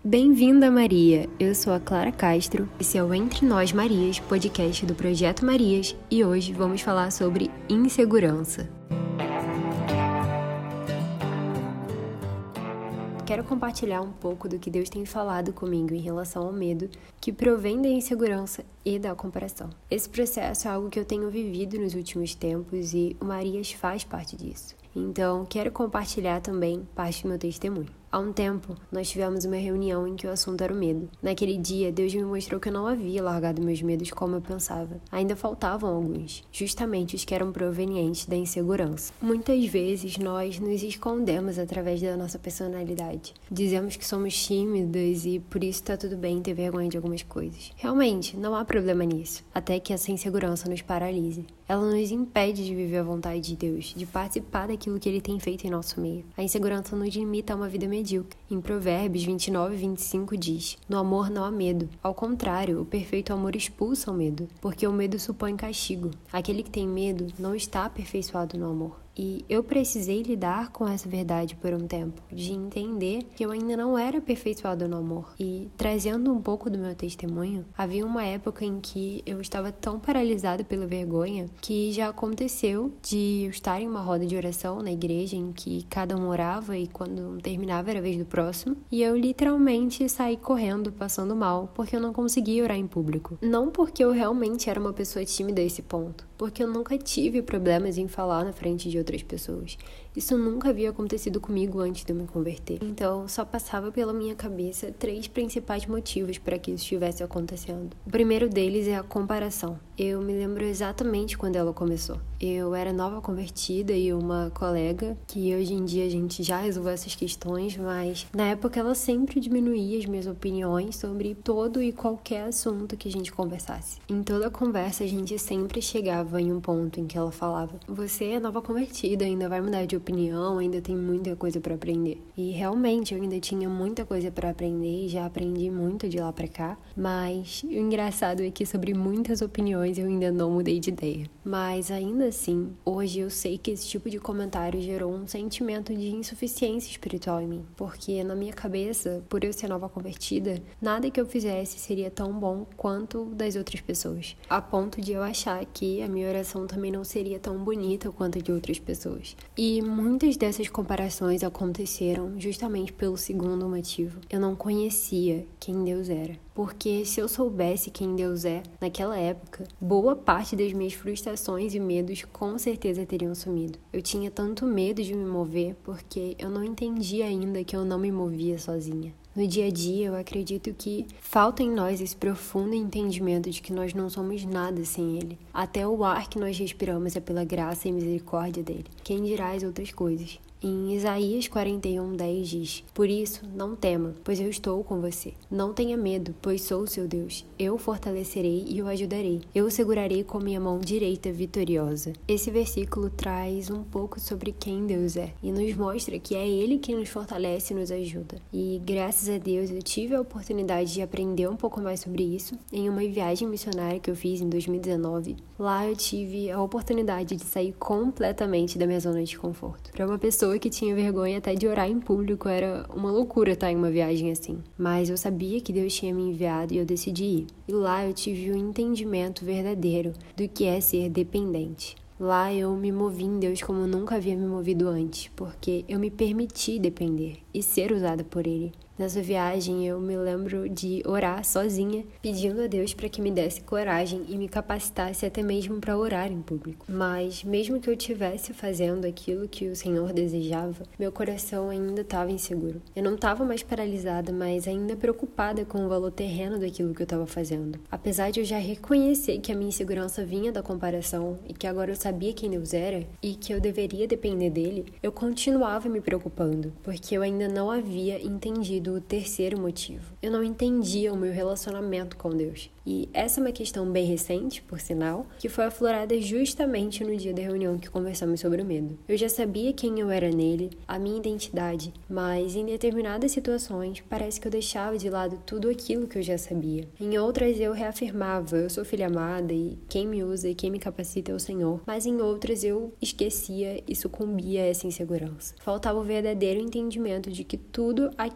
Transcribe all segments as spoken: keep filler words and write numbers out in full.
Bem-vinda, Maria! Eu sou a Clara Castro, esse é o Entre Nós Marias, podcast do Projeto Marias, e hoje vamos falar sobre insegurança. Quero compartilhar um pouco do que Deus tem falado comigo em relação ao medo que provém da insegurança e da comparação. Esse processo é algo que eu tenho vivido nos últimos tempos e o Marias faz parte disso. Então, quero compartilhar também parte do meu testemunho. Há um tempo, nós tivemos uma reunião em que o assunto era o medo. Naquele dia, Deus me mostrou que eu não havia largado meus medos como eu pensava. Ainda faltavam alguns, justamente os que eram provenientes da insegurança. Muitas vezes, nós nos escondemos através da nossa personalidade. Dizemos que somos tímidas e por isso está tudo bem ter vergonha de algumas coisas. Realmente, não há problema nisso, até que essa insegurança nos paralise. Ela nos impede de viver a vontade de Deus, de participar daquilo que Ele tem feito em nosso meio. A insegurança nos limita a uma vida medíocre. Em Provérbios vinte e nove, vinte e cinco diz: no amor não há medo. Ao contrário, o perfeito amor expulsa o medo, porque o medo supõe castigo. Aquele que tem medo não está aperfeiçoado no amor. E eu precisei lidar com essa verdade por um tempo, de entender que eu ainda não era aperfeiçoada no amor. E trazendo um pouco do meu testemunho, havia uma época em que eu estava tão paralisada pela vergonha que já aconteceu de eu estar em uma roda de oração na igreja em que cada um orava e quando terminava era a vez do próximo, e eu literalmente saí correndo, passando mal, porque eu não conseguia orar em público. Não porque eu realmente era uma pessoa tímida a esse ponto, porque eu nunca tive problemas em falar na frente de outras pessoas. Isso nunca havia acontecido comigo antes de eu me converter. Então, só passava pela minha cabeça três principais motivos para que isso estivesse acontecendo. O primeiro deles é a comparação. Eu me lembro exatamente quando ela começou. Eu era nova convertida e uma colega, que hoje em dia a gente já resolveu essas questões, mas na época ela sempre diminuía as minhas opiniões sobre todo e qualquer assunto que a gente conversasse. Em toda conversa a gente sempre chegava em um ponto em que ela falava: você é nova convertida, ainda vai mudar de opinião, ainda tem muita coisa para aprender. E realmente eu ainda tinha muita coisa para aprender e já aprendi muito de lá para cá, mas o engraçado é que sobre muitas opiniões eu ainda não mudei de ideia. Mas ainda assim, hoje eu sei que esse tipo de comentário gerou um sentimento de insuficiência espiritual em mim, porque na minha cabeça, por eu ser nova convertida, nada que eu fizesse seria tão bom quanto das outras pessoas, a ponto de eu achar que a minha oração também não seria tão bonita quanto a de outras pessoas. E muitas dessas comparações aconteceram justamente pelo segundo motivo. Eu não conhecia quem Deus era. Porque se eu soubesse quem Deus é, naquela época, boa parte das minhas frustrações e medos com certeza teriam sumido. Eu tinha tanto medo de me mover porque eu não entendia ainda que eu não me movia sozinha. No dia a dia, eu acredito que falta em nós esse profundo entendimento de que nós não somos nada sem Ele. Até o ar que nós respiramos é pela graça e misericórdia dEle. Quem dirá as outras coisas? Em Isaías quarenta e um, dez diz: por isso, não tema, pois eu estou com você. Não tenha medo, pois sou o seu Deus. Eu o fortalecerei e o ajudarei. Eu o segurarei com minha mão direita vitoriosa. Esse versículo traz um pouco sobre quem Deus é e nos mostra que é Ele que nos fortalece e nos ajuda. E graças a Deus eu tive a oportunidade de aprender um pouco mais sobre isso em uma viagem missionária que eu fiz em dois mil e dezenove. Lá eu tive a oportunidade de sair completamente da minha zona de conforto. Para uma pessoa que tinha vergonha até de orar em público, era uma loucura estar em uma viagem assim. Mas eu sabia que Deus tinha me enviado e eu decidi ir. E lá eu tive o entendimento verdadeiro do que é ser dependente. Lá eu me movi em Deus como nunca havia me movido antes, porque eu me permiti depender e ser usada por Ele. Nessa viagem eu me lembro de orar sozinha, pedindo a Deus para que me desse coragem e me capacitasse até mesmo para orar em público. Mas mesmo que eu estivesse fazendo aquilo que o Senhor desejava, meu coração ainda estava inseguro. Eu não estava mais paralisada, mas ainda preocupada com o valor terreno daquilo que eu estava fazendo. Apesar de eu já reconhecer que a minha insegurança vinha da comparação e que agora eu sabia quem Deus era e que eu deveria depender dele, eu continuava me preocupando, porque eu ainda não havia entendido o terceiro motivo. Eu não entendia o meu relacionamento com Deus. E essa é uma questão bem recente, por sinal, que foi aflorada justamente no dia da reunião que conversamos sobre o medo. Eu já sabia quem eu era nele, a minha identidade, mas em determinadas situações parece que eu deixava de lado tudo aquilo que eu já sabia. Em outras eu reafirmava: eu sou filha amada e quem me usa e quem me capacita é o Senhor. Mas em outras eu esquecia e sucumbia a essa insegurança. Faltava o verdadeiro entendimento de que tudo aquilo que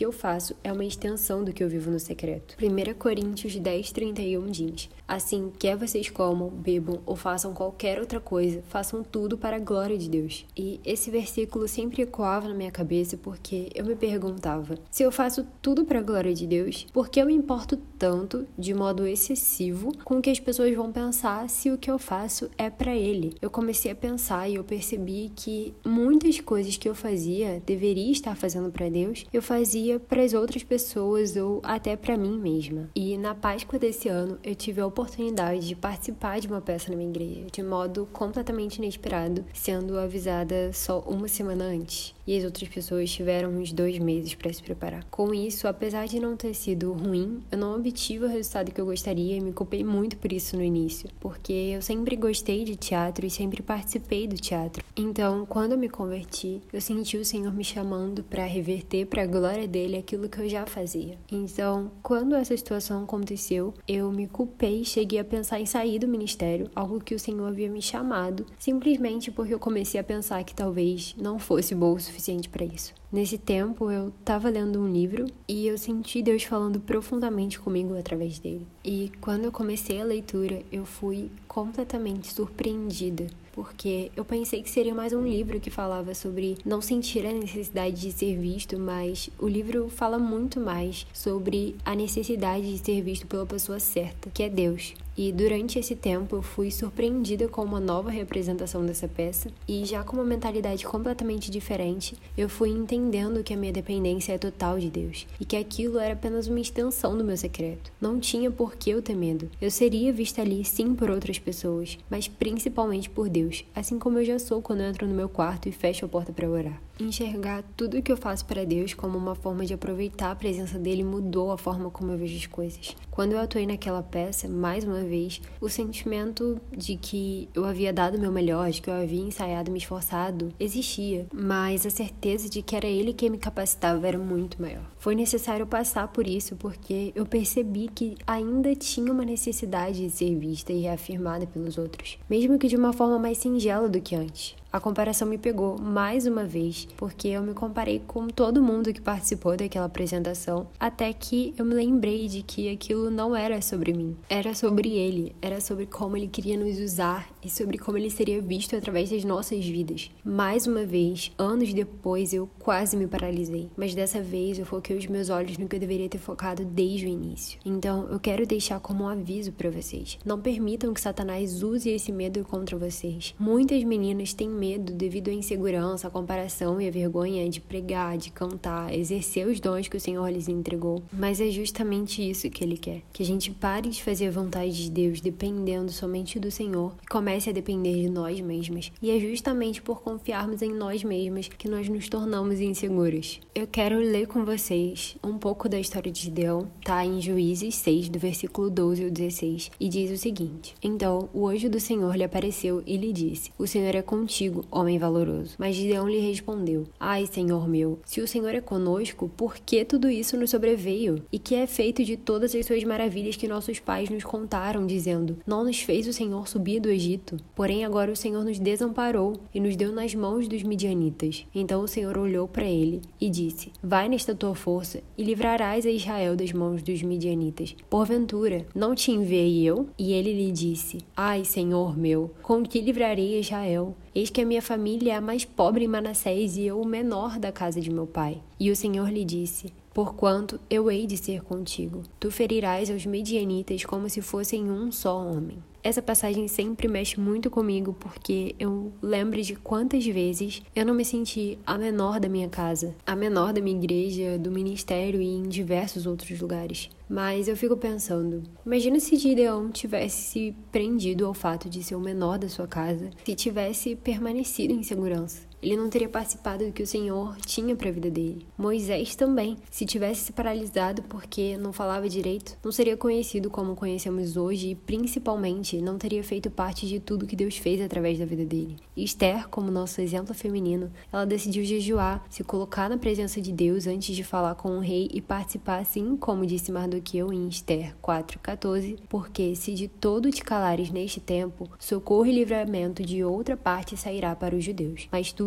que eu faço é uma extensão do que eu vivo no secreto. primeira Coríntios dez, trinta e um diz: assim, quer vocês comam, bebam ou façam qualquer outra coisa, façam tudo para a glória de Deus. E esse versículo sempre ecoava na minha cabeça porque eu me perguntava, se eu faço tudo para a glória de Deus, por que eu me importo tanto, de modo excessivo, com o que as pessoas vão pensar se o que eu faço é para Ele? Eu comecei a pensar e eu percebi que muitas coisas que eu fazia, deveria estar fazendo para Deus, eu fazia para as outras pessoas ou até para mim mesma. E na Páscoa desse ano, eu tive a oportunidade de participar de uma peça na minha igreja, de modo completamente inesperado, sendo avisada só uma semana antes. E as outras pessoas tiveram uns dois meses para se preparar. Com isso, apesar de não ter sido ruim, eu não obtive o resultado que eu gostaria e me culpei muito por isso no início, porque eu sempre gostei de teatro e sempre participei do teatro. Então, quando eu me converti, eu senti o Senhor me chamando para reverter para a glória dele aquilo que eu já fazia. Então, quando essa situação aconteceu, eu me culpei e cheguei a pensar em sair do ministério, algo que o Senhor havia me chamado, simplesmente porque eu comecei a pensar que talvez não fosse bom o suficiente para isso. Nesse tempo, eu estava lendo um livro e eu senti Deus falando profundamente comigo através dele. E quando eu comecei a leitura, eu fui completamente surpreendida, porque eu pensei que seria mais um livro que falava sobre não sentir a necessidade de ser visto, mas o livro fala muito mais sobre a necessidade de ser visto pela pessoa certa, que é Deus. E durante esse tempo eu fui surpreendida com uma nova representação dessa peça e já com uma mentalidade completamente diferente, eu fui entendendo que a minha dependência é total de Deus e que aquilo era apenas uma extensão do meu secreto. Não tinha por que eu ter medo. Eu seria vista ali sim por outras pessoas, mas principalmente por Deus, assim como eu já sou quando eu entro no meu quarto e fecho a porta para orar. Enxergar tudo o que eu faço para Deus como uma forma de aproveitar a presença dele mudou a forma como eu vejo as coisas. Quando eu atuei naquela peça, mais uma vez, o sentimento de que eu havia dado o meu melhor, de que eu havia ensaiado e me esforçado, existia, mas a certeza de que era ele quem me capacitava era muito maior. Foi necessário passar por isso porque eu percebi que ainda tinha uma necessidade de ser vista e reafirmada pelos outros, mesmo que de uma forma mais singela do que antes. A comparação me pegou mais uma vez, porque eu me comparei com todo mundo que participou daquela apresentação, até que eu me lembrei de que aquilo não era sobre mim, era sobre ele, era sobre como ele queria nos usar e sobre como ele seria visto através das nossas vidas. Mais uma vez, anos depois, eu quase me paralisei, mas dessa vez eu foquei os meus olhos no que eu deveria ter focado desde o início. Então, eu quero deixar como um aviso para vocês: não permitam que Satanás use esse medo contra vocês. Muitas meninas têm medo devido à insegurança, à comparação e à vergonha de pregar, de cantar, exercer os dons que o Senhor lhes entregou. Mas é justamente isso que Ele quer, que a gente pare de fazer a vontade de Deus dependendo somente do Senhor e comece a depender de nós mesmas. E é justamente por confiarmos em nós mesmas que nós nos tornamos inseguras. Eu quero ler com vocês um pouco da história de Gideão, tá em Juízes seis, do versículo doze ao dezesseis, e diz o seguinte: então o anjo do Senhor lhe apareceu e lhe disse: o Senhor é contigo, homem valoroso. Mas Gideão lhe respondeu: ai, Senhor meu, se o Senhor é conosco, por que tudo isso nos sobreveio? E que é feito de todas as suas maravilhas que nossos pais nos contaram, dizendo: não nos fez o Senhor subir do Egito? Porém agora o Senhor nos desamparou e nos deu nas mãos dos midianitas. Então o Senhor olhou para ele e disse: vai nesta tua força e livrarás a Israel das mãos dos midianitas. Porventura, não te enviei eu? E ele lhe disse: ai, Senhor meu, com que livrarei a Israel? Eis que a minha família é a mais pobre em Manassés e eu o menor da casa de meu pai. E o Senhor lhe disse: porquanto eu hei de ser contigo. Tu ferirás aos midianitas como se fossem um só homem. Essa passagem sempre mexe muito comigo porque eu lembro de quantas vezes eu não me senti a menor da minha casa, a menor da minha igreja, do ministério e em diversos outros lugares. Mas eu fico pensando, imagina se Gideão tivesse se prendido ao fato de ser o menor da sua casa, se tivesse permanecido em segurança. Ele não teria participado do que o Senhor tinha para a vida dele. Moisés também, se tivesse se paralisado porque não falava direito, não seria conhecido como conhecemos hoje e, principalmente, não teria feito parte de tudo que Deus fez através da vida dele. Esther, como nosso exemplo feminino, ela decidiu jejuar, se colocar na presença de Deus antes de falar com o rei e participar, assim como disse Mardoqueu em Esther quatro, quatorze, porque se de todo te calares neste tempo, socorro e livramento de outra parte sairá para os judeus. Mas tu,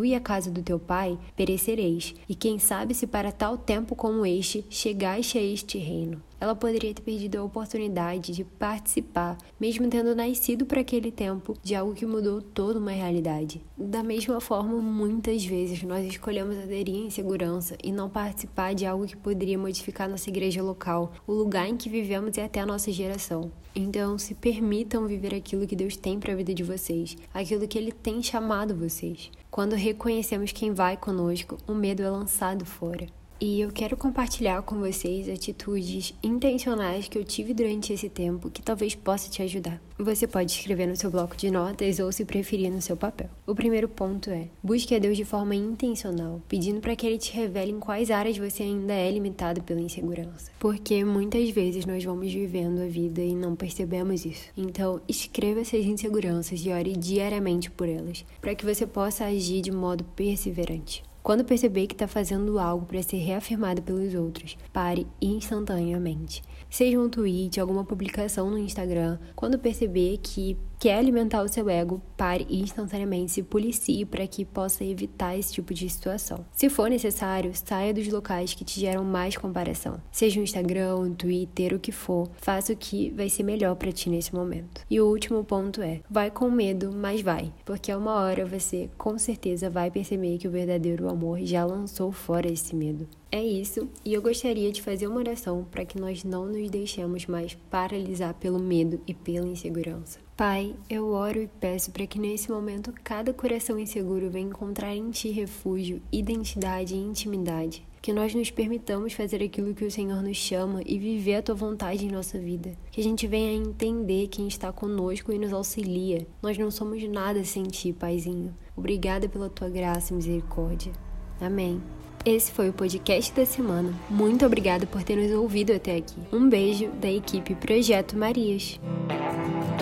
e a casa do teu pai, perecereis, e quem sabe se para tal tempo como este chegaste a este reino. Ela poderia ter perdido a oportunidade de participar, mesmo tendo nascido para aquele tempo, de algo que mudou toda uma realidade. Da mesma forma, muitas vezes nós escolhemos aderir à insegurança e não participar de algo que poderia modificar nossa igreja local, o lugar em que vivemos e até a nossa geração. Então, se permitam viver aquilo que Deus tem para a vida de vocês, aquilo que Ele tem chamado vocês. Quando reconhecemos quem vai conosco, o medo é lançado fora. E eu quero compartilhar com vocês atitudes intencionais que eu tive durante esse tempo que talvez possa te ajudar. Você pode escrever no seu bloco de notas ou, se preferir, no seu papel. O primeiro ponto é: busque a Deus de forma intencional, pedindo para que Ele te revele em quais áreas você ainda é limitado pela insegurança. Porque muitas vezes nós vamos vivendo a vida e não percebemos isso. Então, escreva essas inseguranças e ore diariamente por elas, para que você possa agir de modo perseverante. Quando perceber que está fazendo algo para ser reafirmado pelos outros, pare instantaneamente. Seja um tweet, alguma publicação no Instagram. Quando perceber que quer alimentar o seu ego, pare instantaneamente, se policie para que possa evitar esse tipo de situação. Se for necessário, saia dos locais que te geram mais comparação. Seja um Instagram, um Twitter, o que for, faça o que vai ser melhor para ti nesse momento. E o último ponto é: vai com medo, mas vai, porque uma hora você com certeza vai perceber que o verdadeiro amor já lançou fora esse medo. É isso, e eu gostaria de fazer uma oração para que nós não nos deixemos mais paralisar pelo medo e pela insegurança. Pai, eu oro e peço para que nesse momento cada coração inseguro venha encontrar em Ti refúgio, identidade e intimidade. Que nós nos permitamos fazer aquilo que o Senhor nos chama e viver a Tua vontade em nossa vida. Que a gente venha a entender quem está conosco e nos auxilia. Nós não somos nada sem Ti, Paizinho. Obrigada pela Tua graça e misericórdia. Amém. Esse foi o podcast da semana. Muito obrigada por ter nos ouvido até aqui. Um beijo da equipe Projeto Marias.